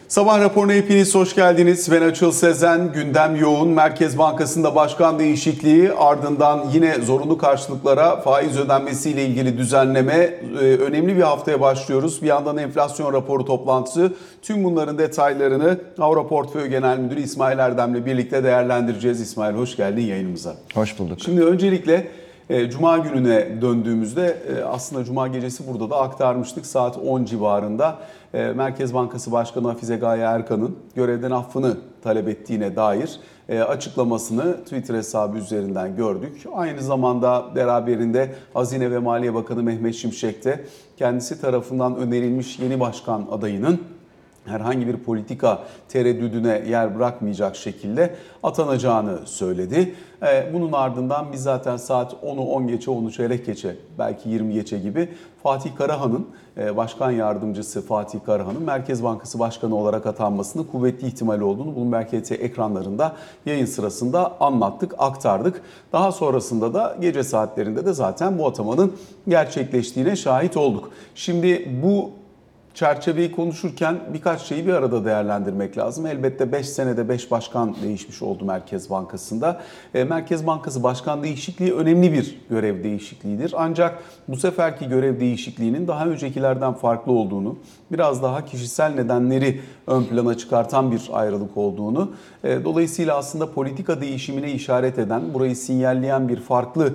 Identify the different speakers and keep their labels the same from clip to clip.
Speaker 1: Sabah raporuna hepiniz hoş geldiniz. Ben Açıl Sezen. Gündem yoğun. Merkez Bankası'nda başkan değişikliği, ardından yine zorunlu karşılıklara faiz ödenmesiyle ilgili düzenleme. Önemli bir haftaya başlıyoruz. Bir yandan enflasyon raporu toplantısı. Tüm bunların detaylarını Avro Portföy Genel Müdürü İsmail Erdem'le birlikte değerlendireceğiz. İsmail, hoş geldin yayınımıza.
Speaker 2: Hoş bulduk.
Speaker 1: Şimdi öncelikle Cuma gününe döndüğümüzde aslında Cuma gecesi burada da aktarmıştık. Saat 10 civarında Merkez Bankası Başkanı Hafize Gaye Erkan'ın görevden affını talep ettiğine dair açıklamasını Twitter hesabı üzerinden gördük. Aynı zamanda beraberinde Hazine ve Maliye Bakanı Mehmet Şimşek de kendisi tarafından önerilmiş yeni başkan adayının herhangi bir politika tereddüdüne yer bırakmayacak şekilde atanacağını söyledi. Bunun ardından biz zaten saat 10'u 10 geçe, 10'u çeyrek geçe, belki 20 geçe gibi Fatih Karahan'ın, Başkan Yardımcısı Fatih Karahan'ın Merkez Bankası Başkanı olarak atanmasının kuvvetli ihtimali olduğunu Bloomberg HT ekranlarında yayın sırasında anlattık, aktardık. Daha sonrasında da gece saatlerinde de zaten bu atamanın gerçekleştiğine şahit olduk. Şimdi bu çerçeveyi konuşurken birkaç şeyi bir arada değerlendirmek lazım. Elbette 5 senede 5 başkan değişmiş oldu Merkez Bankası'nda. Merkez Bankası başkan değişikliği önemli bir görev değişikliğidir. Ancak bu seferki görev değişikliğinin daha öncekilerden farklı olduğunu, biraz daha kişisel nedenleri ön plana çıkartan bir ayrılık olduğunu, dolayısıyla aslında politika değişimine işaret eden, burayı sinyalleyen bir farklı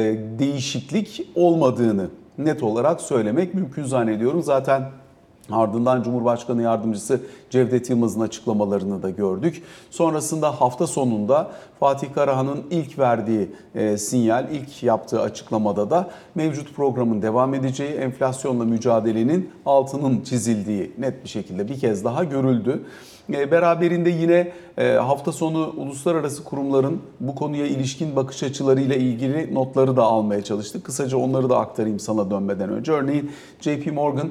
Speaker 1: değişiklik olmadığını net olarak söylemek mümkün zannediyorum. Zaten ardından Cumhurbaşkanı Yardımcısı Cevdet Yılmaz'ın açıklamalarını da gördük. Sonrasında hafta sonunda Fatih Karahan'ın ilk verdiği sinyal, ilk yaptığı açıklamada da mevcut programın devam edeceği, enflasyonla mücadelenin altının çizildiği net bir şekilde bir kez daha görüldü. Beraberinde yine hafta sonu uluslararası kurumların bu konuya ilişkin bakış açılarıyla ilgili notları da almaya çalıştık. Kısaca onları da aktarayım sana dönmeden önce. Örneğin JP Morgan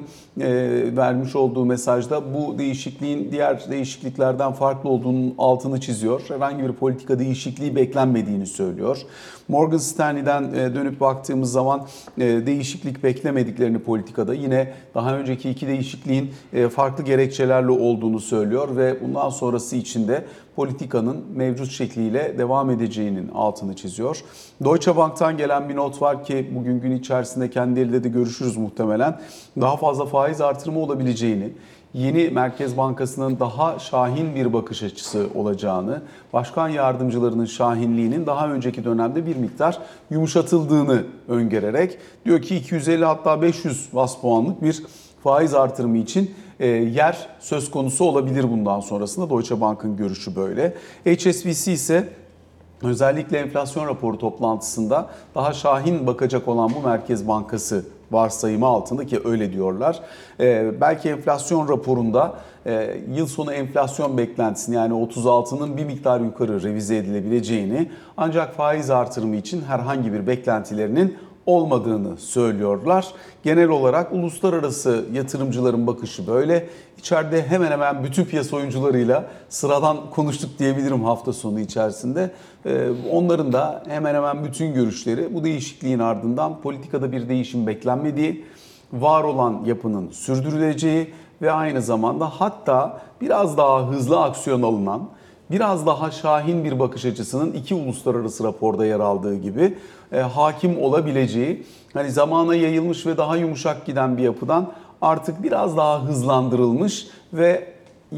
Speaker 1: vermiş olduğu mesajda bu değişikliğin diğer değişikliklerden farklı olduğunun altını çiziyor. Herhangi bir politika değişikliği beklenmediğini söylüyor. Morgan Stanley'den dönüp baktığımız zaman değişiklik beklemediklerini politikada, yine daha önceki iki değişikliğin farklı gerekçelerle olduğunu söylüyor ve bundan sonrası için de politikanın mevcut şekliyle devam edeceğinin altını çiziyor. Deutsche Bank'tan gelen bir not var ki bugün gün içerisinde kendileriyle de görüşürüz muhtemelen. Daha fazla faiz artırımı olabileceğini, yeni Merkez Bankası'nın daha şahin bir bakış açısı olacağını, başkan yardımcılarının şahinliğinin daha önceki dönemde bir miktar yumuşatıldığını öngörerek diyor ki 250 hatta 500 bas puanlık bir faiz artırımı için yer söz konusu olabilir bundan sonrasında. Deutsche Bank'ın görüşü böyle. HSBC ise özellikle enflasyon raporu toplantısında daha şahin bakacak olan bu Merkez Bankası varsayımı altında, ki öyle diyorlar. Belki enflasyon raporunda yıl sonu enflasyon beklentisini, yani 36'nın bir miktar yukarı revize edilebileceğini, ancak faiz artırımı için herhangi bir beklentilerinin olmadığını söylüyorlar. Genel olarak uluslararası yatırımcıların bakışı böyle. İçeride hemen hemen bütün piyasa oyuncularıyla sıradan konuştuk diyebilirim hafta sonu içerisinde. Onların da hemen hemen bütün görüşleri bu değişikliğin ardından politikada bir değişim beklenmediği, var olan yapının sürdürüleceği ve aynı zamanda hatta biraz daha hızlı aksiyon alınan, biraz daha şahin bir bakış açısının iki uluslararası raporda yer aldığı gibi hakim olabileceği, hani zamana yayılmış ve daha yumuşak giden bir yapıdan artık biraz daha hızlandırılmış ve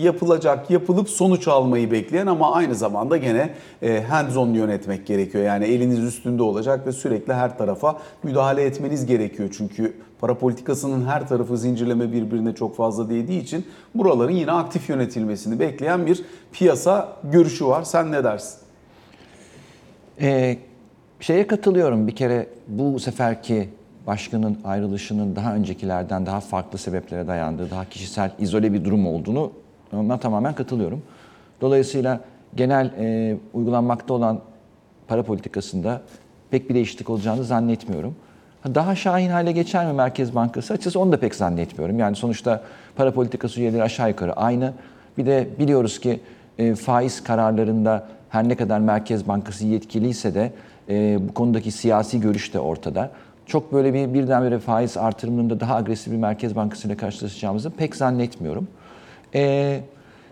Speaker 1: yapılıp sonuç almayı bekleyen ama aynı zamanda gene hands-on yönetmek gerekiyor. Yani eliniz üstünde olacak ve sürekli her tarafa müdahale etmeniz gerekiyor. Çünkü para politikasının her tarafı zincirleme birbirine çok fazla değdiği için buraların yine aktif yönetilmesini bekleyen bir piyasa görüşü var. Sen ne dersin?
Speaker 2: Şeye katılıyorum. Bir kere bu seferki başkanın ayrılışının daha öncekilerden daha farklı sebeplere dayandığı, daha kişisel, izole bir durum olduğunu, ona tamamen katılıyorum. Dolayısıyla genel uygulanmakta olan para politikasında pek bir değişiklik olacağını zannetmiyorum. Daha şahin hale geçer mi Merkez Bankası? Açıkçası onu da pek zannetmiyorum. Yani sonuçta para politikası üyeleri aşağı yukarı aynı. Bir de biliyoruz ki faiz kararlarında her ne kadar Merkez Bankası yetkiliyse de bu konudaki siyasi görüş de ortada. Çok böyle birdenbire faiz artırımında daha agresif bir Merkez Bankası ile karşılaşacağımızı pek zannetmiyorum.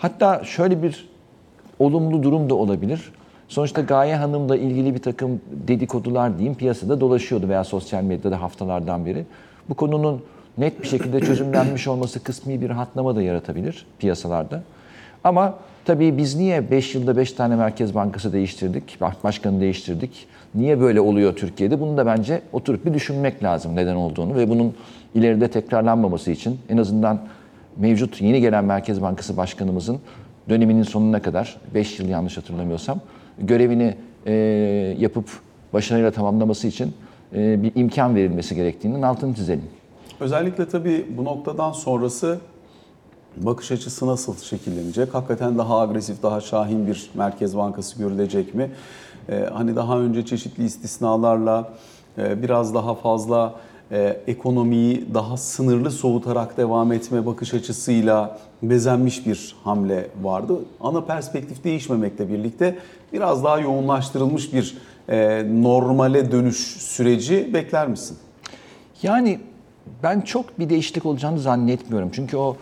Speaker 2: Hatta şöyle bir olumlu durum da olabilir. Sonuçta Gaye Hanım'la ilgili bir takım dedikodular diyeyim piyasada dolaşıyordu veya sosyal medyada haftalardan beri. Bu konunun net bir şekilde çözümlenmiş olması kısmi bir rahatlama da yaratabilir piyasalarda. Ama tabii biz niye 5 yılda 5 tane Merkez Bankası değiştirdik, başkanı değiştirdik? Niye böyle oluyor Türkiye'de? Bunu da bence oturup bir düşünmek lazım neden olduğunu ve bunun ileride tekrarlanmaması için en azından mevcut yeni gelen Merkez Bankası Başkanımızın döneminin sonuna kadar 5 yıl yanlış hatırlamıyorsam görevini yapıp başarıyla tamamlaması için bir imkan verilmesi gerektiğinin altını çizelim.
Speaker 1: Özellikle tabii bu noktadan sonrası bakış açısı nasıl şekillenecek? Hakikaten daha agresif, daha şahin bir Merkez Bankası görülecek mi? Hani daha önce çeşitli istisnalarla biraz daha fazla ekonomiyi daha sınırlı soğutarak devam etme bakış açısıyla bezenmiş bir hamle vardı. Ana perspektif değişmemekle birlikte biraz daha yoğunlaştırılmış bir normale dönüş süreci bekler misin?
Speaker 2: Yani ben çok bir değişiklik olacağını zannetmiyorum. Çünkü o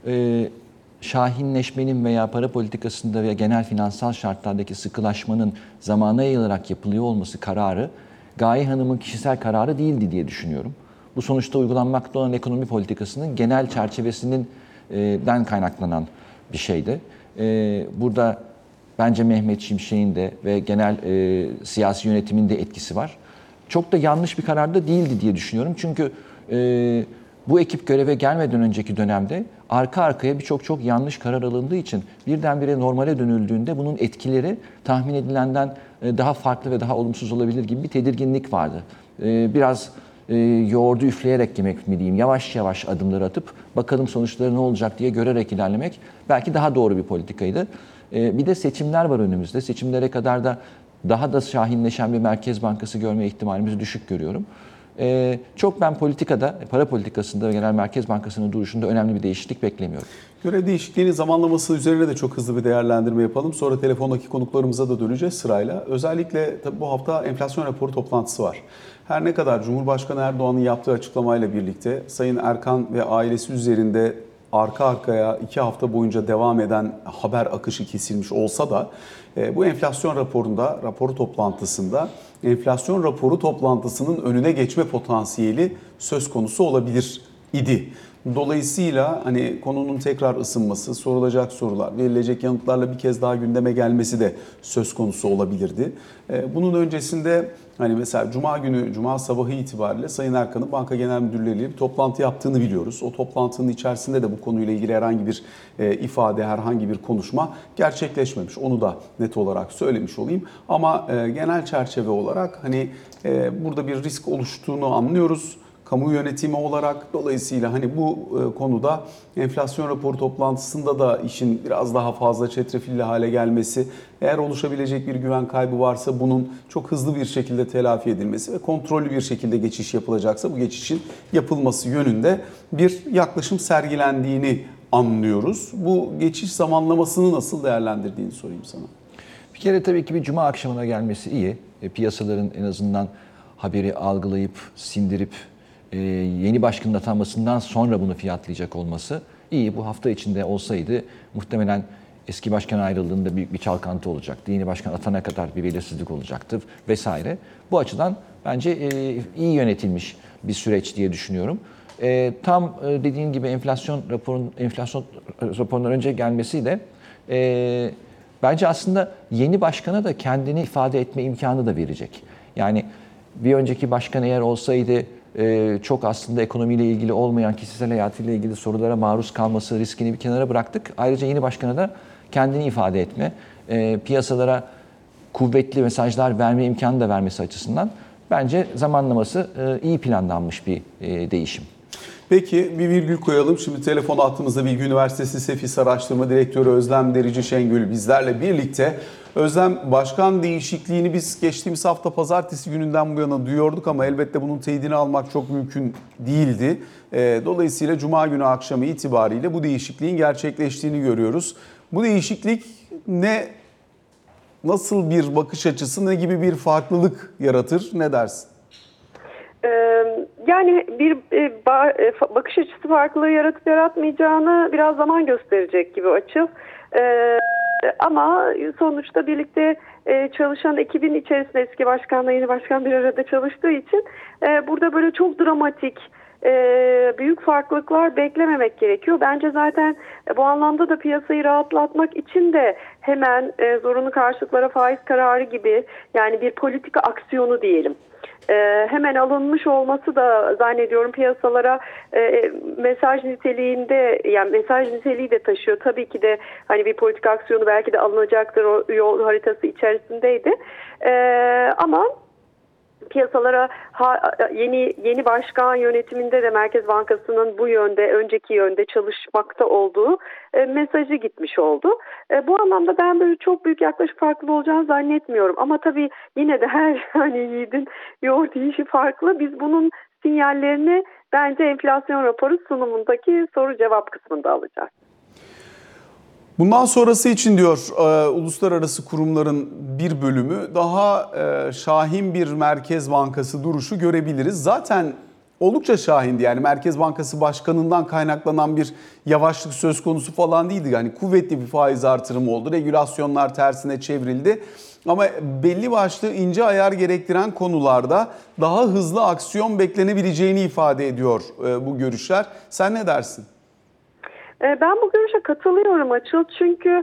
Speaker 2: şahinleşmenin veya para politikasında veya genel finansal şartlardaki sıkılaşmanın zamana yayılarak yapılıyor olması kararı Gaye Hanım'ın kişisel kararı değildi diye düşünüyorum. Bu sonuçta uygulanmakta olan ekonomi politikasının genel çerçevesinin den kaynaklanan bir şeydi. Burada bence Mehmet Şimşek'in de ve genel siyasi yönetimin de etkisi var. Çok da yanlış bir karar da değildi diye düşünüyorum. Çünkü bu ekip göreve gelmeden önceki dönemde arka arkaya çok yanlış karar alındığı için birdenbire normale dönüldüğünde bunun etkileri tahmin edilenden daha farklı ve daha olumsuz olabilir gibi bir tedirginlik vardı. Biraz yoğurdu üfleyerek yemek mi diyeyim, yavaş yavaş adımları atıp bakalım sonuçları ne olacak diye görerek ilerlemek belki daha doğru bir politikaydı. Bir de seçimler var önümüzde. Seçimlere kadar da daha da şahinleşen bir Merkez Bankası görme ihtimalimizi düşük görüyorum. Çok ben politikada, para politikasında ve genel Merkez Bankası'nın duruşunda önemli bir değişiklik beklemiyorum.
Speaker 1: Görev değişikliğinin zamanlaması üzerine de çok hızlı bir değerlendirme yapalım. Sonra telefondaki konuklarımıza da döneceğiz sırayla. Özellikle tabii bu hafta enflasyon raporu toplantısı var. Her ne kadar Cumhurbaşkanı Erdoğan'ın yaptığı açıklamayla birlikte Sayın Erkan ve ailesi üzerinde arka arkaya 2 hafta boyunca devam eden haber akışı kesilmiş olsa da bu enflasyon raporunda, raporu toplantısında enflasyon raporu toplantısının önüne geçme potansiyeli söz konusu olabilir idi. Dolayısıyla hani konunun tekrar ısınması, sorulacak sorular, verilecek yanıtlarla bir kez daha gündeme gelmesi de söz konusu olabilirdi. Bunun öncesinde hani mesela Cuma günü, Cuma sabahı itibariyle Sayın Erkan'ın banka genel müdürleriyle bir toplantı yaptığını biliyoruz. O toplantının içerisinde de bu konuyla ilgili herhangi bir ifade, herhangi bir konuşma gerçekleşmemiş. Onu da net olarak söylemiş olayım. Ama genel çerçeve olarak hani burada bir risk oluştuğunu anlıyoruz. Kamu yönetimi olarak dolayısıyla hani bu konuda enflasyon raporu toplantısında da işin biraz daha fazla çetrefilli hale gelmesi, eğer oluşabilecek bir güven kaybı varsa bunun çok hızlı bir şekilde telafi edilmesi ve kontrollü bir şekilde geçiş yapılacaksa bu geçişin yapılması yönünde bir yaklaşım sergilendiğini anlıyoruz. Bu geçiş zamanlamasını nasıl değerlendirdiğini sorayım sana.
Speaker 2: Bir kere tabii ki bir cuma akşamına gelmesi iyi. Piyasaların en azından haberi algılayıp, sindirip yeni başkanın atanmasından sonra bunu fiyatlayacak olması iyi. Bu hafta içinde olsaydı muhtemelen eski başkan ayrıldığında büyük bir çalkantı olacaktı. Yeni başkan atana kadar bir belirsizlik olacaktı vesaire. Bu açıdan bence iyi yönetilmiş bir süreç diye düşünüyorum. Tam dediğin gibi enflasyon raporundan önce gelmesi de bence aslında yeni başkana da kendini ifade etme imkanı da verecek. Yani bir önceki başkan eğer olsaydı çok aslında ekonomiyle ilgili olmayan, kişisel hayatıyla ilgili sorulara maruz kalması riskini bir kenara bıraktık. Ayrıca yeni başkana da kendini ifade etme, piyasalara kuvvetli mesajlar verme imkanı da vermesi açısından bence zamanlaması iyi planlanmış bir değişim.
Speaker 1: Peki bir virgül koyalım. Şimdi telefon attığımızda Bilgi Üniversitesi Sefis Araştırma Direktörü Özlem Derici Şengül bizlerle birlikte. Özlem, başkan değişikliğini biz geçtiğimiz hafta pazartesi gününden bu yana duyuyorduk ama elbette bunun teyidini almak çok mümkün değildi. Dolayısıyla Cuma günü akşamı itibariyle bu değişikliğin gerçekleştiğini görüyoruz. Bu değişiklik nasıl bir bakış açısı, ne gibi bir farklılık yaratır, ne dersin?
Speaker 3: Yani bir bakış açısı farklılığı yaratıp yaratmayacağını biraz zaman gösterecek gibi açıl. Ama sonuçta birlikte çalışan ekibin içerisinde eski başkanla yeni başkan bir arada çalıştığı için burada böyle çok dramatik, büyük farklılıklar beklememek gerekiyor. Bence zaten bu anlamda da piyasayı rahatlatmak için de hemen zorunlu karşılıklara faiz kararı gibi, yani bir politika aksiyonu diyelim, hemen alınmış olması da zannediyorum piyasalara mesaj niteliğinde, yani mesaj niteliği de taşıyor. Tabii ki de hani bir politika aksiyonu belki de alınacaktır, o yol haritası içerisindeydi. Ama piyasalara yeni başkan yönetiminde de Merkez Bankası'nın bu yönde, önceki yönde çalışmakta olduğu mesajı gitmiş oldu. Bu anlamda ben böyle çok büyük yaklaşık farklı olacağını zannetmiyorum. Ama tabii yine de her hani yiğidin yoğurt yiyişi farklı. Biz bunun sinyallerini bence enflasyon raporu sunumundaki soru cevap kısmında alacağız.
Speaker 1: Bundan sonrası için diyor uluslararası kurumların bir bölümü daha şahin bir Merkez Bankası duruşu görebiliriz. Zaten oldukça şahindi, yani Merkez Bankası Başkanı'ndan kaynaklanan bir yavaşlık söz konusu falan değildi. Yani kuvvetli bir faiz artırımı oldu, regülasyonlar tersine çevrildi. Ama belli başlı ince ayar gerektiren konularda daha hızlı aksiyon beklenebileceğini ifade ediyor bu görüşler. Sen ne dersin?
Speaker 3: Ben bu görüşe katılıyorum Açıl, çünkü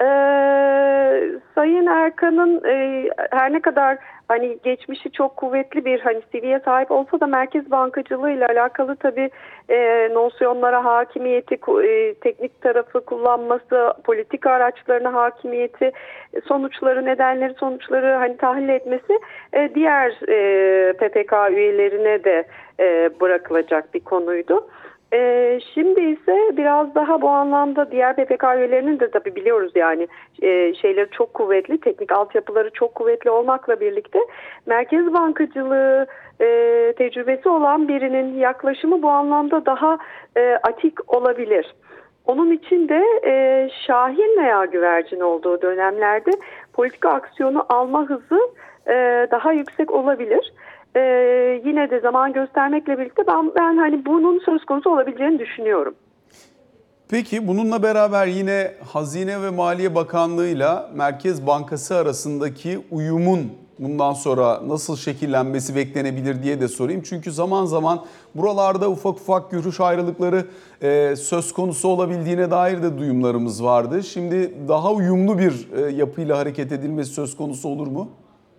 Speaker 3: Sayın Erkan'ın her ne kadar hani geçmişi çok kuvvetli bir hani CV'ye sahip olsa da merkez bankacılığı ile alakalı tabii nosyonlara hakimiyeti, teknik tarafı kullanması, politika araçlarına hakimiyeti, nedenleri, sonuçları hani tahlil etmesi diğer PPK üyelerine de bırakılacak bir konuydu. Şimdi ise biraz daha bu anlamda diğer PPK üyelerinin de tabii biliyoruz yani şeyleri çok kuvvetli, teknik altyapıları çok kuvvetli olmakla birlikte merkez bankacılığı tecrübesi olan birinin yaklaşımı bu anlamda daha atik olabilir. Onun için de şahin veya güvercin olduğu dönemlerde politika aksiyonu alma hızı daha yüksek olabilir. Yine de zaman göstermekle birlikte ben hani bunun söz konusu olabileceğini düşünüyorum.
Speaker 1: Peki bununla beraber yine Hazine ve Maliye Bakanlığı ile Merkez Bankası arasındaki uyumun bundan sonra nasıl şekillenmesi beklenebilir diye de sorayım. Çünkü zaman zaman buralarda ufak ufak görüş ayrılıkları söz konusu olabildiğine dair de duyumlarımız vardı. Şimdi daha uyumlu bir yapıyla hareket edilmesi söz konusu olur mu?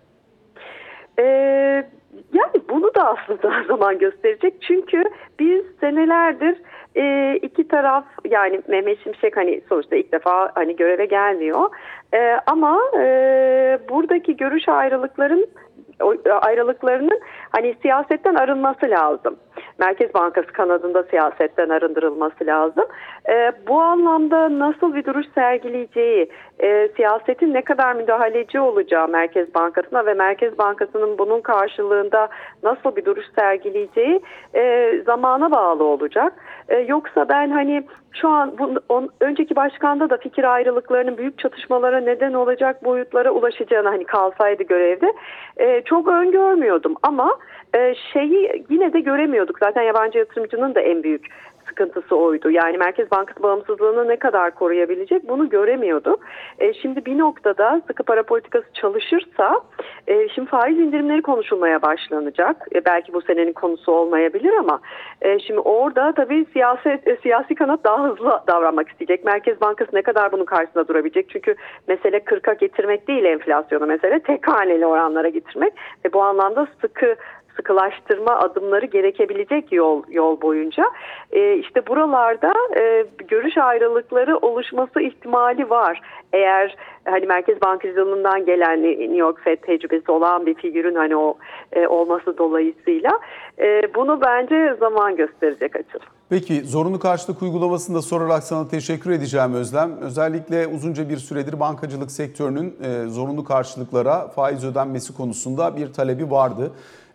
Speaker 3: Yani bunu da aslında zaman gösterecek. Çünkü biz senelerdir iki taraf, yani Mehmet Şimşek hani sonuçta ilk defa hani göreve gelmiyor. Ama buradaki görüş ayrılıklarının hani siyasetten arınması lazım. Merkez Bankası kanadında siyasetten arındırılması lazım. Bu anlamda nasıl bir duruş sergileyeceği, siyasetin ne kadar müdahaleci olacağı Merkez Bankası'na ve Merkez Bankası'nın bunun karşılığında nasıl bir duruş sergileyeceği zamana bağlı olacak. Yoksa ben hani şu an önceki başkanda da fikir ayrılıklarının büyük çatışmalara neden olacak boyutlara ulaşacağını, hani kalsaydı görevde çok öngörmüyordum, ama şeyi yine de göremiyorduk. Zaten yabancı yatırımcının da en büyük sıkıntısı oydu. Yani Merkez Bankası bağımsızlığını ne kadar koruyabilecek, bunu göremiyordu. Şimdi bir noktada sıkı para politikası çalışırsa şimdi faiz indirimleri konuşulmaya başlanacak. Belki bu senenin konusu olmayabilir ama şimdi orada tabii siyasi kanat daha hızlı davranmak isteyecek. Merkez Bankası ne kadar bunun karşısında durabilecek? Çünkü mesele 40'a getirmek değil enflasyonu, mesele tek haneli oranlara getirmek ve bu anlamda sıkılaştırma adımları gerekebilecek yol boyunca. İşte buralarda görüş ayrılıkları oluşması ihtimali var. Eğer hani Merkez Bankacılığından gelen New York Fed tecrübesi olan bir figürün hani olması dolayısıyla bunu bence zaman gösterecek açık.
Speaker 1: Peki zorunlu karşılık uygulamasını da sorarak sana teşekkür edeceğim Özlem. Özellikle uzunca bir süredir bankacılık sektörünün zorunlu karşılıklara faiz ödenmesi konusunda bir talebi vardı.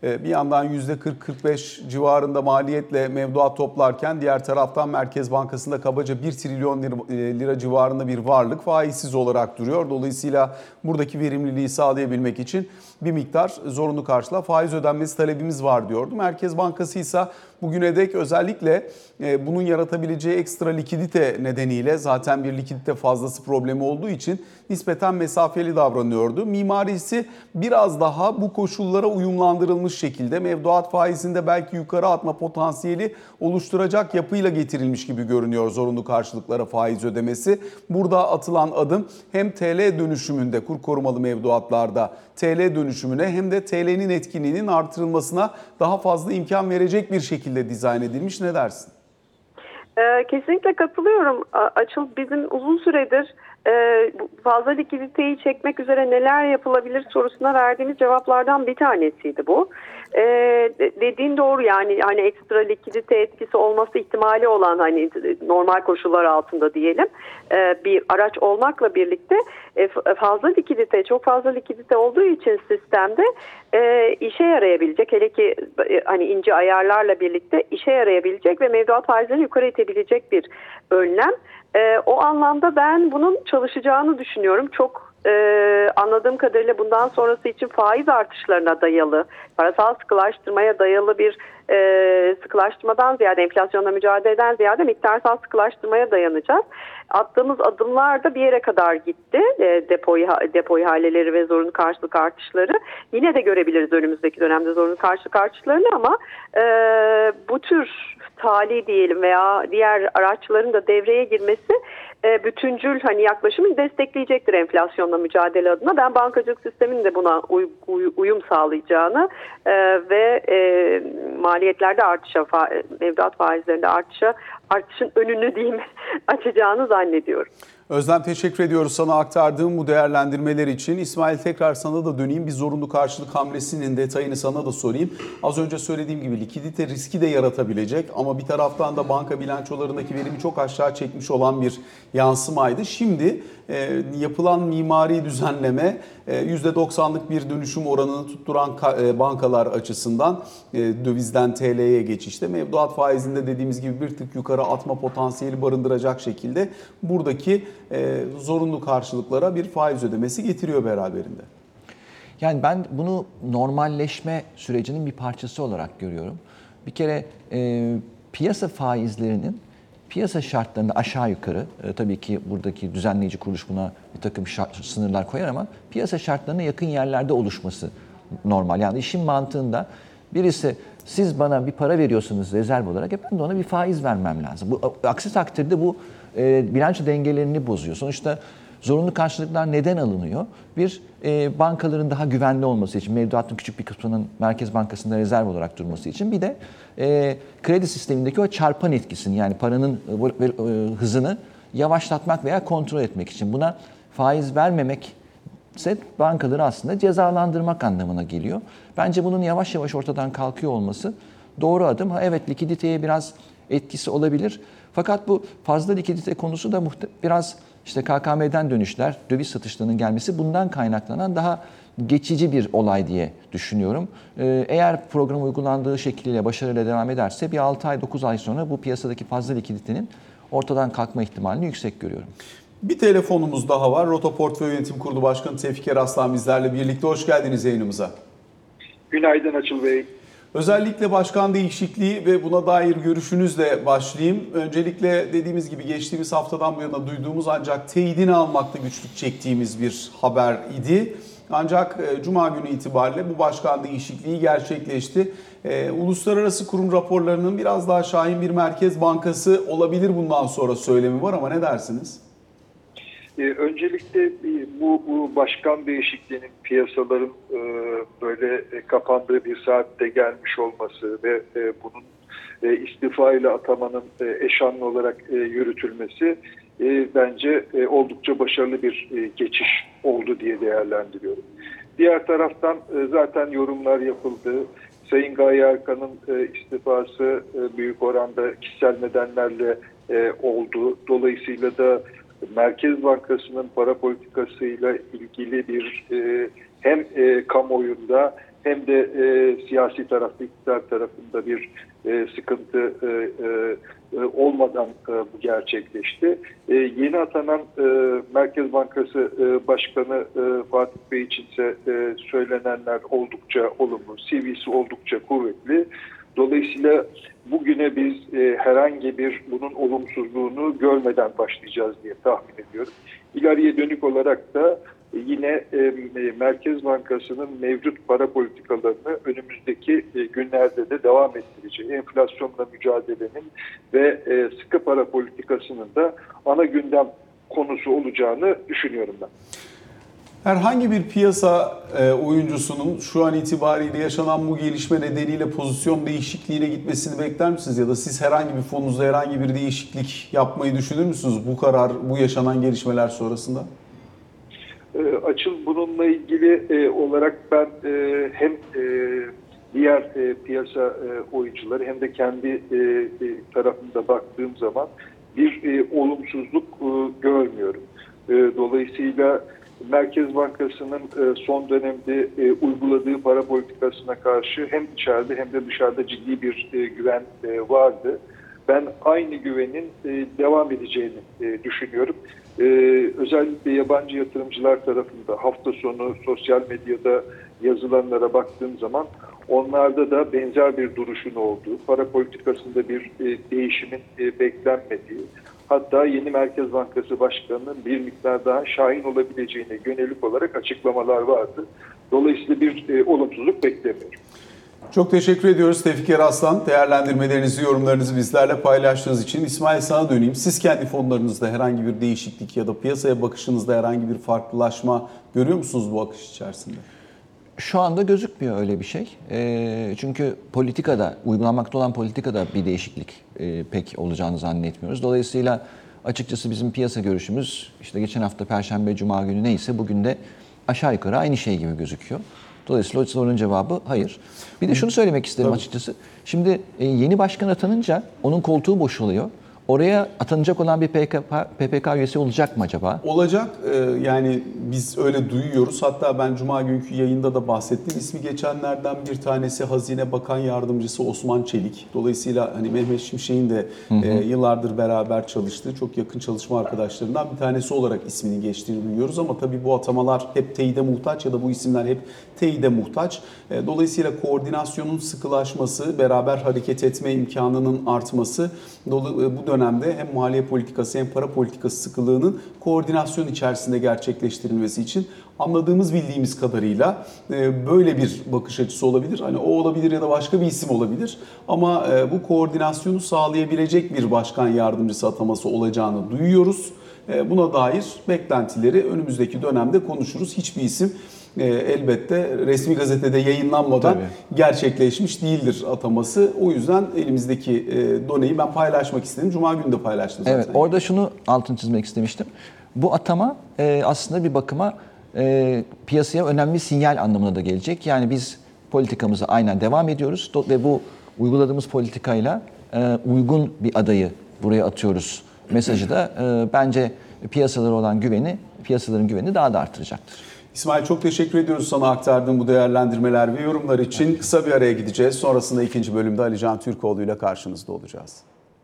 Speaker 1: Bir yandan %40-45 civarında maliyetle mevduat toplarken diğer taraftan Merkez Bankası'nda kabaca 1 trilyon lira civarında bir varlık faizsiz olarak duruyor. Dolayısıyla buradaki verimliliği sağlayabilmek için bir miktar zorunlu karşılığa faiz ödenmesi talebimiz var diyordu. Merkez Bankası ise bugüne dek özellikle bunun yaratabileceği ekstra likidite nedeniyle zaten bir likidite fazlası problemi olduğu için nispeten mesafeli davranıyordu. Mimarisi biraz daha bu koşullara uyumlandırılmış şekilde mevduat faizinde belki yukarı atma potansiyeli oluşturacak yapıyla getirilmiş gibi görünüyor zorunlu karşılıklara faiz ödemesi. Burada atılan adım hem TL dönüşümünde kur korumalı mevduatlarda TL dönüşümüne hem de TL'nin etkinliğinin artırılmasına daha fazla imkan verecek bir şekilde dizayn edilmiş. Ne dersin?
Speaker 3: Kesinlikle katılıyorum. Açıl, bizim uzun süredir fazla likiditeyi çekmek üzere neler yapılabilir sorusuna verdiğimiz cevaplardan bir tanesiydi bu. Dediğin doğru, yani hani ekstra likidite etkisi olması ihtimali olan, hani normal koşullar altında diyelim, bir araç olmakla birlikte fazla likidite, çok fazla likidite olduğu için sistemde işe yarayabilecek, hele ki hani ince ayarlarla birlikte işe yarayabilecek ve mevduat faizlerini yukarı itebilecek bir önlem. O anlamda ben bunun çalışacağını düşünüyorum. Çok anladığım kadarıyla bundan sonrası için faiz artışlarına dayalı, parasal sıkılaştırmaya dayalı bir sıkılaştırmadan ziyade, enflasyonla mücadeleden ziyade miktarsal sıkılaştırmaya dayanacağız. Attığımız adımlar da bir yere kadar gitti. Depo ihaleleri ve zorunlu karşılık artışları. Yine de görebiliriz önümüzdeki dönemde zorunlu karşılık artışlarını, ama bu tür tali diyelim veya diğer araçların da devreye girmesi bütüncül hani yaklaşımı destekleyecektir enflasyonla mücadele adına. Ben bankacılık sisteminin de buna uyum sağlayacağını ve maliyetlerde artışa, mevduat faizlerinde artışın önünü diyeyim açacağını zannediyorum.
Speaker 1: Özlem, teşekkür ediyoruz sana aktardığım bu değerlendirmeler için. İsmail, tekrar sana da döneyim. Bir zorunlu karşılık hamlesinin detayını sana da sorayım. Az önce söylediğim gibi likidite riski de yaratabilecek ama bir taraftan da banka bilançolarındaki verimi çok aşağı çekmiş olan bir yansımaydı. Şimdi yapılan mimari düzenleme %90'lık bir dönüşüm oranını tutturan bankalar açısından dövizden TL'ye geçişte mevduat faizinde dediğimiz gibi bir tık yukarı atma potansiyeli barındıracak şekilde buradaki zorunlu karşılıklara bir faiz ödemesi getiriyor beraberinde.
Speaker 2: Yani ben bunu normalleşme sürecinin bir parçası olarak görüyorum. Bir kere piyasa faizlerinin piyasa şartlarında aşağı yukarı, tabii ki buradaki düzenleyici kuruluş buna bir takım sınırlar koyar ama piyasa şartlarına yakın yerlerde oluşması normal. Yani işin mantığında birisi siz bana bir para veriyorsunuz rezerv olarak, ben de ona bir faiz vermem lazım. Bu, aksi takdirde bu bilanço dengelerini bozuyor. Sonuçta zorunlu karşılıklar neden alınıyor? Bir, bankaların daha güvenli olması için, mevduatın küçük bir kısmının Merkez Bankası'nda rezerv olarak durması için, bir de kredi sistemindeki o çarpan etkisini, yani paranın hızını yavaşlatmak veya kontrol etmek için. Buna faiz vermemek ise bankaları aslında cezalandırmak anlamına geliyor. Bence bunun yavaş yavaş ortadan kalkıyor olması doğru adım. Evet, likiditeye biraz etkisi olabilir. Fakat bu fazla likidite konusu da biraz işte KKM'den dönüşler, döviz satışlarının gelmesi, bundan kaynaklanan daha geçici bir olay diye düşünüyorum. Eğer program uygulandığı şekliyle başarıyla devam ederse bir 6 ay 9 ay sonra bu piyasadaki fazla likiditenin ortadan kalkma ihtimalini yüksek görüyorum.
Speaker 1: Bir telefonumuz daha var. Rota Portföy Yönetim Kurulu Başkanı Tevfik Eraslan bizlerle birlikte. Hoş geldiniz yayınımıza.
Speaker 4: Günaydın Açıl Bey.
Speaker 1: Özellikle başkan değişikliği ve buna dair görüşünüzle başlayayım. Öncelikle dediğimiz gibi geçtiğimiz haftadan bu yana duyduğumuz ancak teyidini almakta güçlük çektiğimiz bir haber idi. Ancak Cuma günü itibariyle bu başkan değişikliği gerçekleşti. Uluslararası kurum raporlarının biraz daha şahin bir Merkez Bankası olabilir bundan sonra söylemi var ama ne dersiniz?
Speaker 4: Öncelikle bu başkan değişikliğinin piyasaların böyle kapandığı bir saatte gelmiş olması ve bunun istifa ile atamanın eşanlı olarak yürütülmesi bence oldukça başarılı bir geçiş oldu diye değerlendiriyorum. Diğer taraftan zaten yorumlar yapıldı. Sayın Gaye Erkan'ın istifası büyük oranda kişisel nedenlerle oldu. Dolayısıyla da Merkez Bankası'nın para politikasıyla ilgili bir hem kamuoyunda hem de siyasi tarafta, iktidar tarafında bir sıkıntı olmadan bu gerçekleşti. Yeni atanan Merkez Bankası Başkanı Fatih Bey içinse söylenenler oldukça olumlu, CV'si oldukça kuvvetli. Dolayısıyla bugüne biz herhangi bir bunun olumsuzluğunu görmeden başlayacağız diye tahmin ediyorum. İleriye dönük olarak da yine Merkez Bankası'nın mevcut para politikalarını önümüzdeki günlerde de devam ettireceği, enflasyonla mücadelenin ve sıkı para politikasının da ana gündem konusu olacağını düşünüyorum ben.
Speaker 1: Herhangi bir piyasa oyuncusunun şu an itibariyle yaşanan bu gelişme nedeniyle pozisyon değişikliğine gitmesini bekler misiniz? Ya da siz herhangi bir fonunuzda herhangi bir değişiklik yapmayı düşünür müsünüz bu karar, bu yaşanan gelişmeler sonrasında?
Speaker 4: Açıl, bununla ilgili olarak ben hem diğer piyasa oyuncuları hem de kendi tarafında baktığım zaman bir olumsuzluk görmüyorum. Dolayısıyla Merkez Bankası'nın son dönemde uyguladığı para politikasına karşı hem içeride hem de dışarıda ciddi bir güven vardı. Ben aynı güvenin devam edeceğini düşünüyorum. Özellikle yabancı yatırımcılar tarafında hafta sonu sosyal medyada yazılanlara baktığım zaman onlarda da benzer bir duruşun olduğu, para politikasında bir değişimin beklenmediği, hatta yeni Merkez Bankası Başkanı'nın bir miktar daha şahin olabileceğine yönelik olarak açıklamalar vardı. Dolayısıyla bir olumsuzluk beklemiyorum.
Speaker 1: Çok teşekkür ediyoruz Tevfik Eraslan. Değerlendirmelerinizi, yorumlarınızı bizlerle paylaştığınız için. İsmail, sana döneyim. Siz kendi fonlarınızda herhangi bir değişiklik ya da piyasaya bakışınızda herhangi bir farklılaşma görüyor musunuz bu akış içerisinde?
Speaker 2: Şu anda gözükmüyor öyle bir şey. Çünkü politikada, uygulanmakta olan politikada bir değişiklik pek olacağını zannetmiyoruz. Dolayısıyla açıkçası bizim piyasa görüşümüz işte geçen hafta Perşembe, Cuma günü neyse bugün de aşağı yukarı aynı şey gibi gözüküyor. Dolayısıyla o sorunun cevabı hayır. Bir de şunu söylemek isterim açıkçası. Şimdi yeni başkan atanınca onun koltuğu boşalıyor. Oraya atanacak olan bir PPK üyesi olacak mı acaba?
Speaker 1: Olacak. Yani biz öyle duyuyoruz. Hatta ben Cuma günkü yayında da bahsettim. İsmi geçenlerden bir tanesi Hazine Bakan Yardımcısı Osman Çelik. Dolayısıyla hani Mehmet Şimşek'in de yıllardır beraber çalıştığı çok yakın çalışma arkadaşlarından bir tanesi olarak isminin geçtiğini duyuyoruz. Ama tabii bu atamalar hep teyide muhtaç ya da bu isimler hep teyide muhtaç. Dolayısıyla koordinasyonun sıkılaşması, beraber hareket etme imkanının artması bu dönemde hem maliye politikası hem para politikası sıkılığının koordinasyon içerisinde gerçekleştirilmesi için anladığımız, bildiğimiz kadarıyla böyle bir bakış açısı olabilir. Hani o olabilir ya da başka bir isim olabilir. Ama bu koordinasyonu sağlayabilecek bir başkan yardımcısı ataması olacağını duyuyoruz. Buna dair beklentileri önümüzdeki dönemde konuşuruz. Hiçbir isim elbette resmi gazetede yayınlanmadan gerçekleşmiş değildir ataması. O yüzden elimizdeki doneyi ben paylaşmak istedim. Cuma günü de paylaştım zaten.
Speaker 2: Evet, orada şunu altını çizmek istemiştim. Bu atama aslında bir bakıma piyasaya önemli bir sinyal anlamına da gelecek. Yani biz politikamıza aynen devam ediyoruz ve bu uyguladığımız politikayla uygun bir adayı buraya atıyoruz mesajı da bence piyasalara olan piyasaların güvenini daha da artıracaktır.
Speaker 1: İsmail, çok teşekkür ediyoruz sana aktardığın bu değerlendirmeler ve yorumlar için. Kısa bir araya gideceğiz. Sonrasında ikinci bölümde Ali Can Türkoğlu ile karşınızda olacağız.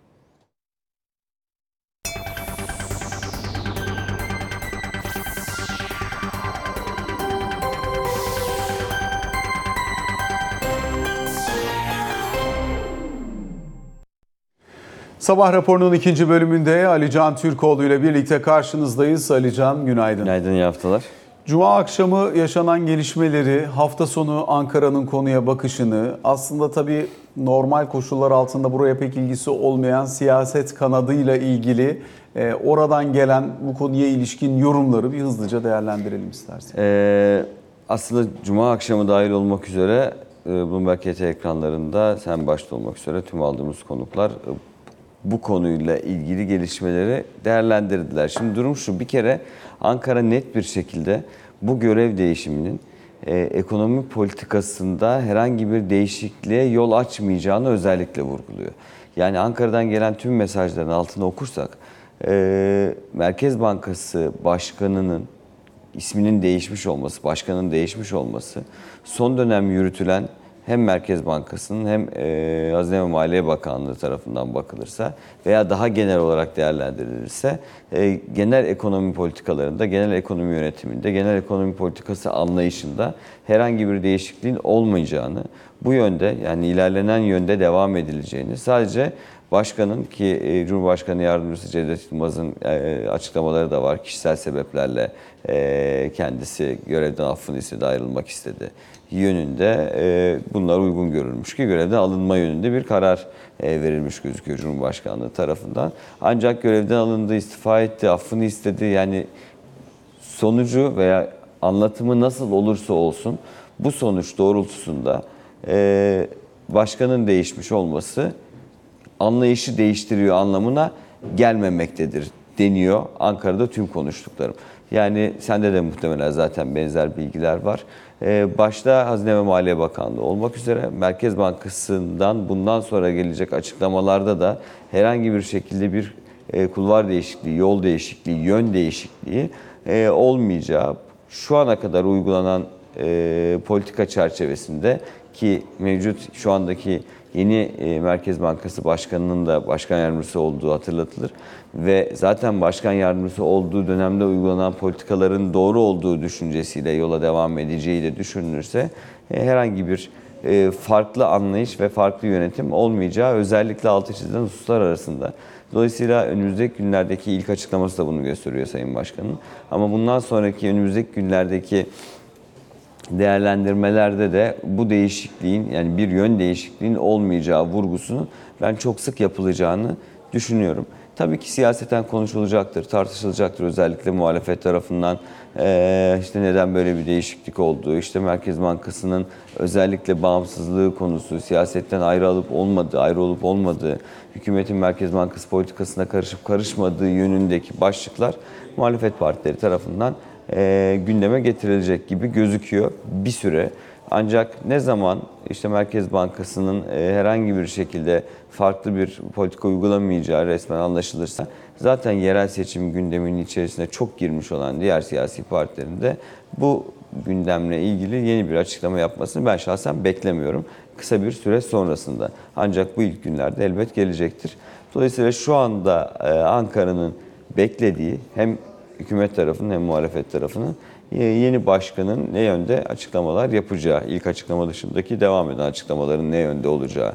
Speaker 1: Sabah raporunun ikinci bölümünde Ali Can Türkoğlu ile birlikte karşınızdayız. Ali Can, günaydın.
Speaker 5: Günaydın, iyi haftalar.
Speaker 1: Cuma akşamı yaşanan gelişmeleri, hafta sonu Ankara'nın konuya bakışını, aslında tabii normal koşullar altında buraya pek ilgisi olmayan siyaset kanadıyla ilgili oradan gelen bu konuya ilişkin yorumları bir hızlıca değerlendirelim istersen.
Speaker 5: Aslında Cuma akşamı dahil olmak üzere Bloomberg HT ekranlarında sen başta olmak üzere tüm aldığımız konuklar bu konuyla ilgili gelişmeleri değerlendirdiler. Şimdi durum şu, bir kere Ankara net bir şekilde bu görev değişiminin ekonomi politikasında herhangi bir değişikliğe yol açmayacağını özellikle vurguluyor. Yani Ankara'dan gelen tüm mesajların altını okursak Merkez Bankası Başkanı'nın isminin değişmiş olması, başkanın değişmiş olması, son dönem yürütülen hem Merkez Bankası'nın hem Hazine ve Maliye Bakanlığı tarafından bakılırsa veya daha genel olarak değerlendirilirse genel ekonomi politikalarında, genel ekonomi yönetiminde, genel ekonomi politikası anlayışında herhangi bir değişikliğin olmayacağını, bu yönde yani ilerlenen yönde devam edileceğini, sadece başkanın ki Cumhurbaşkanı Yardımcısı Cevdet Yılmaz'ın açıklamaları da var. Kişisel sebeplerle kendisi görevden affını istedi, ayrılmak istedi yönünde bunlar uygun görülmüş ki görevden alınma yönünde bir karar verilmiş gözüküyor Cumhurbaşkanlığı tarafından. Ancak görevden alındı, istifa etti, affını istedi. Yani sonucu veya anlatımı nasıl olursa olsun bu sonuç doğrultusunda başkanın değişmiş olması anlayışı değiştiriyor anlamına gelmemektedir deniyor Ankara'da tüm konuştuklarım. Yani sende de muhtemelen zaten benzer bilgiler var. Başta Hazine ve Maliye Bakanlığı olmak üzere Merkez Bankası'ndan bundan sonra gelecek açıklamalarda da herhangi bir şekilde bir kulvar değişikliği, yol değişikliği, yön değişikliği olmayacağı, şu ana kadar uygulanan politika çerçevesinde ki mevcut şu andaki yeni Merkez Bankası Başkanı'nın da başkan yardımcısı olduğu hatırlatılır. Ve zaten başkan yardımcısı olduğu dönemde uygulanan politikaların doğru olduğu düşüncesiyle yola devam edeceği de düşünülürse herhangi bir farklı anlayış ve farklı yönetim olmayacağı özellikle altı çizilen hususlar arasında. Dolayısıyla önümüzdeki günlerdeki ilk açıklaması da bunu gösteriyor Sayın Başkan'ın. Ama bundan sonraki önümüzdeki günlerdeki değerlendirmelerde de bu değişikliğin yani bir yön değişikliğin olmayacağı vurgusunu ben çok sık yapılacağını düşünüyorum. Tabii ki siyaseten konuşulacaktır, tartışılacaktır özellikle muhalefet tarafından işte neden böyle bir değişiklik olduğu, işte Merkez Bankası'nın özellikle bağımsızlığı konusu, siyasetten ayrı olup olmadığı, hükümetin Merkez Bankası politikasına karışıp karışmadığı yönündeki başlıklar muhalefet partileri tarafından gündeme getirilecek gibi gözüküyor bir süre. Ancak ne zaman işte Merkez Bankası'nın herhangi bir şekilde farklı bir politika uygulamayacağı resmen anlaşılırsa zaten yerel seçim gündeminin içerisine çok girmiş olan diğer siyasi partilerin de bu gündemle ilgili yeni bir açıklama yapmasını ben şahsen beklemiyorum. Kısa bir süre sonrasında. Ancak bu ilk günlerde elbet gelecektir. Dolayısıyla şu anda Ankara'nın beklediği hem hükümet tarafının hem muhalefet tarafının yeni başkanın ne yönde açıklamalar yapacağı, ilk açıklama dışındaki devam eden açıklamaların ne yönde olacağı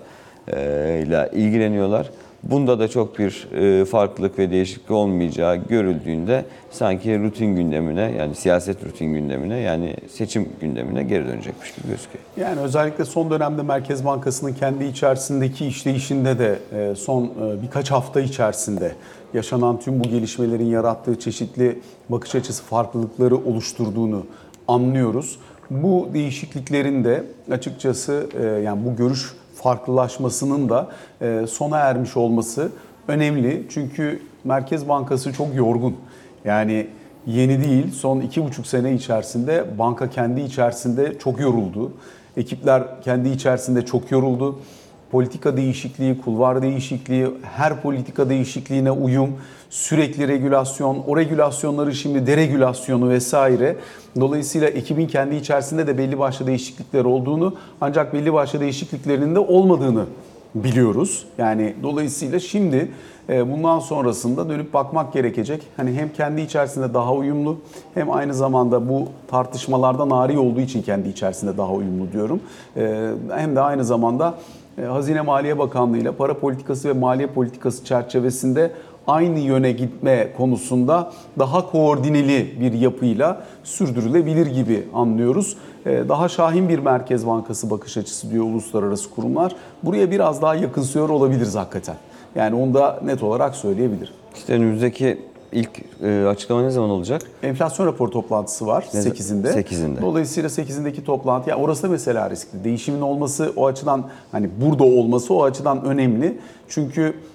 Speaker 5: ile ilgileniyorlar. Bunda da çok bir farklılık ve değişiklik olmayacağı görüldüğünde sanki rutin gündemine yani siyaset rutin gündemine yani seçim gündemine geri dönecekmiş gibi gözüküyor.
Speaker 1: Yani özellikle son dönemde Merkez Bankası'nın kendi içerisindeki işleyişinde de son birkaç hafta içerisinde yaşanan tüm bu gelişmelerin yarattığı çeşitli bakış açısı farklılıkları oluşturduğunu anlıyoruz. Bu değişikliklerin de açıkçası yani bu görüş farklılaşmasının da sona ermiş olması önemli. Çünkü Merkez Bankası çok yorgun. Yani yeni değil, son 2,5 sene içerisinde banka kendi içerisinde çok yoruldu. Ekipler kendi içerisinde çok yoruldu. Politika değişikliği, kulvar değişikliği, her politika değişikliğine uyum, sürekli regülasyon, o regülasyonları şimdi deregülasyonu vesaire. Dolayısıyla ekibin kendi içerisinde de belli başlı değişiklikler olduğunu ancak belli başlı değişikliklerinin de olmadığını biliyoruz. Yani dolayısıyla şimdi bundan sonrasında dönüp bakmak gerekecek. Hani hem kendi içerisinde daha uyumlu hem aynı zamanda bu tartışmalardan ari olduğu için kendi içerisinde daha uyumlu diyorum. Hem de aynı zamanda Hazine Maliye Bakanlığı ile para politikası ve maliye politikası çerçevesinde aynı yöne gitme konusunda daha koordineli bir yapıyla sürdürülebilir gibi anlıyoruz. Daha şahin bir Merkez Bankası bakış açısı diyor uluslararası kurumlar. Buraya biraz daha yakınsıyor olabiliriz hakikaten. Yani onu da net olarak söyleyebilirim.
Speaker 5: İşte önümüzdeki ilk açıklama ne zaman olacak?
Speaker 1: Enflasyon raporu toplantısı var 8'inde.
Speaker 5: 8'inde.
Speaker 1: Dolayısıyla 8'indeki toplantı, ya orası da mesela riskli. Değişimin olması o açıdan hani burada olması o açıdan önemli. Çünkü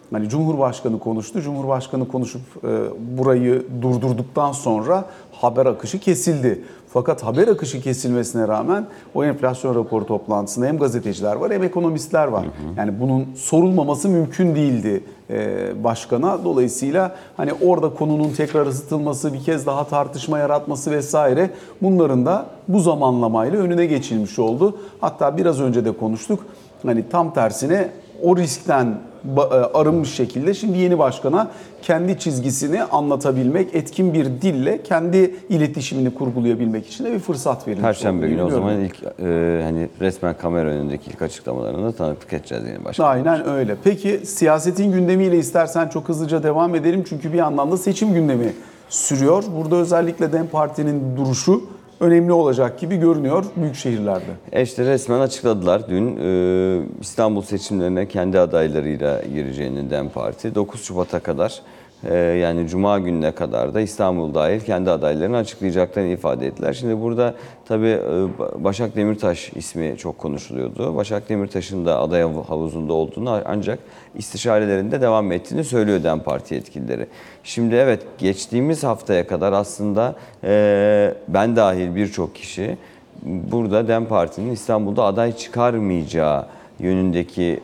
Speaker 1: Hani Cumhurbaşkanı konuştu. Cumhurbaşkanı konuşup burayı durdurduktan sonra haber akışı kesildi. Fakat haber akışı kesilmesine rağmen o enflasyon raporu toplantısında hem gazeteciler var hem ekonomistler var. Yani bunun sorulmaması mümkün değildi başkana. Dolayısıyla hani orada konunun tekrar ısıtılması, bir kez daha tartışma yaratması vesaire, bunların da bu zamanlamayla önüne geçilmiş oldu. Hatta biraz önce de konuştuk. Hani tam tersine o riskten arınmış şekilde şimdi yeni başkana kendi çizgisini anlatabilmek, etkin bir dille kendi iletişimini kurgulayabilmek için de bir fırsat verilmiş.
Speaker 5: Perşembe günü o
Speaker 1: Bilmiyorum.
Speaker 5: zaman ilk hani resmen kamera önündeki ilk açıklamalarında tanıklık edeceğiz yeni başkan.
Speaker 1: Aynen öyle. Peki siyasetin gündemiyle istersen çok hızlıca devam edelim. Çünkü bir yandan da seçim gündemi sürüyor. Burada özellikle DEM Parti'nin duruşu önemli olacak gibi görünüyor büyük şehirlerde.
Speaker 5: İşte resmen açıkladılar dün İstanbul seçimlerine kendi adaylarıyla gireceğini DEM Parti 9 Şubat'a kadar yani Cuma gününe kadar da İstanbul dahil kendi adaylarını açıklayacaklarını ifade ettiler. Şimdi burada tabii Başak Demirtaş ismi çok konuşuluyordu. Başak Demirtaş'ın da aday havuzunda olduğunu, ancak istişarelerinde devam ettiğini söylüyor DEM Parti yetkilileri. Şimdi evet, geçtiğimiz haftaya kadar aslında ben dahil birçok kişi burada DEM Parti'nin İstanbul'da aday çıkarmayacağı yönündeki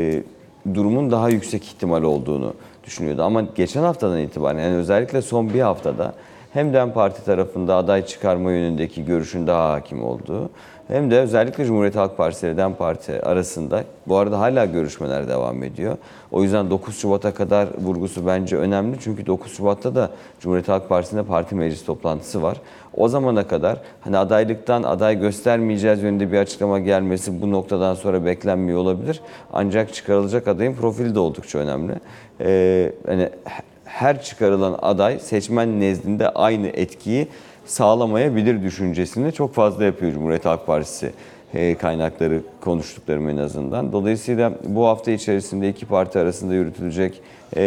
Speaker 5: durumun daha yüksek ihtimal olduğunu düşünüyordu. Ama geçen haftadan itibaren, yani özellikle son bir haftada hem DEM Parti tarafında aday çıkarma yönündeki görüşün daha hakim olduğu, hem de özellikle Cumhuriyet Halk Partisi ile DEM Parti arasında, bu arada hala görüşmeler devam ediyor. O yüzden 9 Şubat'a kadar vurgusu bence önemli. Çünkü 9 Şubat'ta da Cumhuriyet Halk Partisi'nde parti meclis toplantısı var. O zamana kadar hani adaylıktan aday göstermeyeceğiz yönünde bir açıklama gelmesi bu noktadan sonra beklenmiyor olabilir. Ancak çıkarılacak adayın profili de oldukça önemli. Hani her çıkarılan aday seçmen nezdinde aynı etkiyi sağlamayabilir düşüncesini çok fazla yapıyor Cumhuriyet Halk Partisi kaynakları, konuştuklarım en azından. Dolayısıyla bu hafta içerisinde iki parti arasında yürütülecek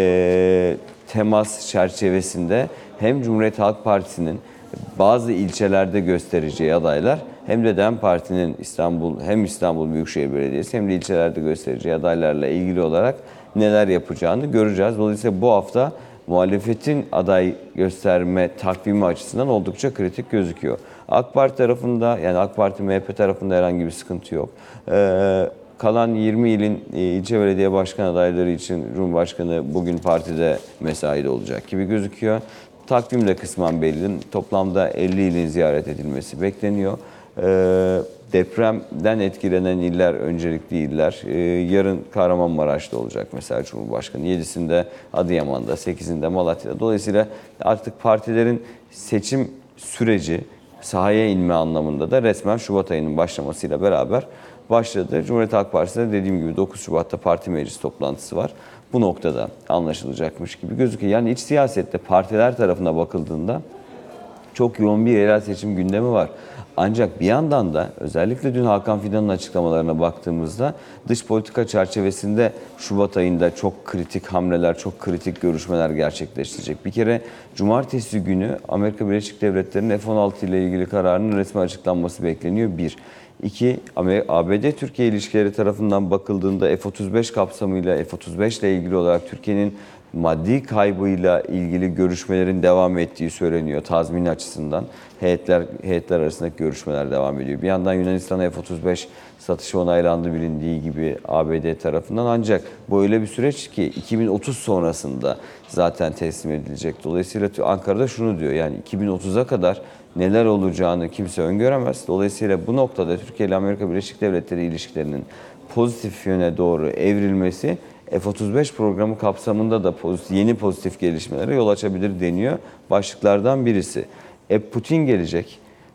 Speaker 5: temas çerçevesinde hem Cumhuriyet Halk Partisi'nin bazı ilçelerde göstereceği adaylar, hem de DEM Parti'nin hem İstanbul Büyükşehir Belediyesi hem de ilçelerde göstereceği adaylarla ilgili olarak neler yapacağını göreceğiz. Dolayısıyla bu hafta muhalefetin aday gösterme takvimi açısından oldukça kritik gözüküyor. AK Parti tarafında, yani AK Parti MHP tarafında herhangi bir sıkıntı yok. Kalan 20 ilin ilçe belediye başkan adayları için Cumhurbaşkanı bugün partide mesaide olacak gibi gözüküyor. Takvim de kısmen belli. Toplamda 50 ilin ziyaret edilmesi bekleniyor. Depremden etkilenen iller öncelikli iller. Yarın Kahramanmaraş'ta olacak mesela Cumhurbaşkanı. 7'sinde Adıyaman'da, 8'inde Malatya'da. Dolayısıyla artık partilerin seçim süreci sahaya inme anlamında da resmen Şubat ayının başlamasıyla beraber başladı. Cumhuriyet Halk Partisi'nde dediğim gibi 9 Şubat'ta parti meclis toplantısı var. Bu noktada anlaşılacakmış gibi gözüküyor. Yani iç siyasette partiler tarafına bakıldığında çok yoğun bir yerel seçim gündemi var. Ancak bir yandan da özellikle dün Hakan Fidan'ın açıklamalarına baktığımızda dış politika çerçevesinde Şubat ayında çok kritik hamleler, çok kritik görüşmeler gerçekleştirecek. Bir kere cumartesi günü Amerika Birleşik Devletleri'nin F-16 ile ilgili kararının resmi açıklanması bekleniyor. 1. 2. ABD-Türkiye ilişkileri tarafından bakıldığında F-35 kapsamıyla F-35 ile ilgili olarak Türkiye'nin maddi kaybıyla ilgili görüşmelerin devam ettiği söyleniyor tazmin açısından. Heyetler arasındaki görüşmeler devam ediyor. Bir yandan Yunanistan'a F-35 satışı onaylandı bilindiği gibi ABD tarafından, ancak bu öyle bir süreç ki 2030 sonrasında zaten teslim edilecek. Dolayısıyla Ankara'da şunu diyor, yani 2030'a kadar neler olacağını kimse öngöremez. Dolayısıyla bu noktada Türkiye ile Amerika Birleşik Devletleri ilişkilerinin pozitif yöne doğru evrilmesi F-35 programı kapsamında da yeni pozitif gelişmelere yol açabilir deniyor. Başlıklardan birisi. Putin gelecek,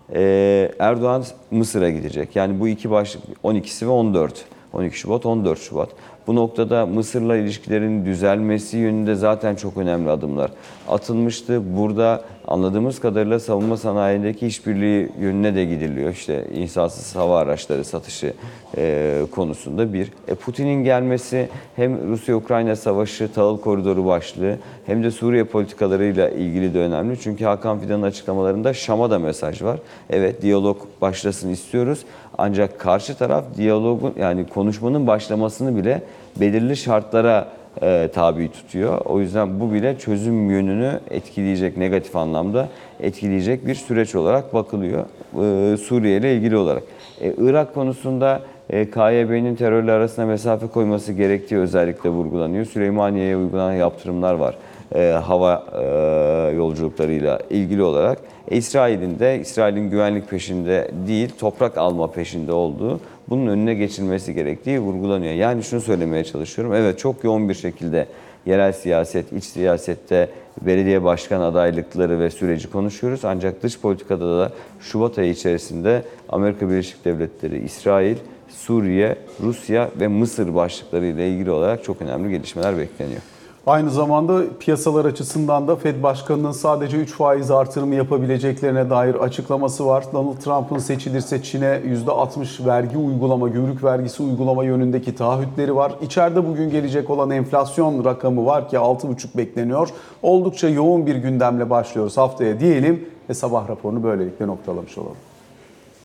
Speaker 5: Erdoğan Mısır'a gidecek. Yani bu iki başlık 12'si ve 14. 12 Şubat, 14 Şubat. Bu noktada Mısır'la ilişkilerin düzelmesi yönünde zaten çok önemli adımlar atılmıştı. Burada anladığımız kadarıyla savunma sanayindeki işbirliği yönüne de gidiliyor. İşte insansız hava araçları satışı konusunda bir. Putin'in gelmesi hem Rusya-Ukrayna savaşı, tahıl koridoru başlığı hem de Suriye politikalarıyla ilgili de önemli. Çünkü Hakan Fidan'ın açıklamalarında Şam'a da mesaj var. Evet, diyalog başlasın istiyoruz. Ancak karşı taraf diyalogun, yani konuşmanın başlamasını bile belirli şartlara tabi tutuyor. O yüzden bu bile çözüm yönünü etkileyecek, negatif anlamda etkileyecek bir süreç olarak bakılıyor Suriye ile ilgili olarak. Irak konusunda KYB'nin terörle arasına mesafe koyması gerektiği özellikle vurgulanıyor. Süleymaniye'ye uygulanan yaptırımlar var hava yolculuklarıyla ilgili olarak. İsrail'in güvenlik peşinde değil, toprak alma peşinde olduğu, bunun önüne geçilmesi gerektiği vurgulanıyor. Yani şunu söylemeye çalışıyorum. Evet, çok yoğun bir şekilde yerel siyaset, iç siyasette belediye başkan adaylıkları ve süreci konuşuyoruz. Ancak dış politikada da Şubat ayı içerisinde Amerika Birleşik Devletleri, İsrail, Suriye, Rusya ve Mısır başlıkları ile ilgili olarak çok önemli gelişmeler bekleniyor.
Speaker 1: Aynı zamanda piyasalar açısından da Fed Başkanı'nın sadece 3 faiz artırımı yapabileceklerine dair açıklaması var. Donald Trump'ın seçilirse Çin'e %60 vergi uygulama, gümrük vergisi uygulama yönündeki taahhütleri var. İçeride bugün gelecek olan enflasyon rakamı var ki 6,5 bekleniyor. Oldukça yoğun bir gündemle başlıyoruz haftaya diyelim ve sabah raporunu böylelikle noktalamış olalım.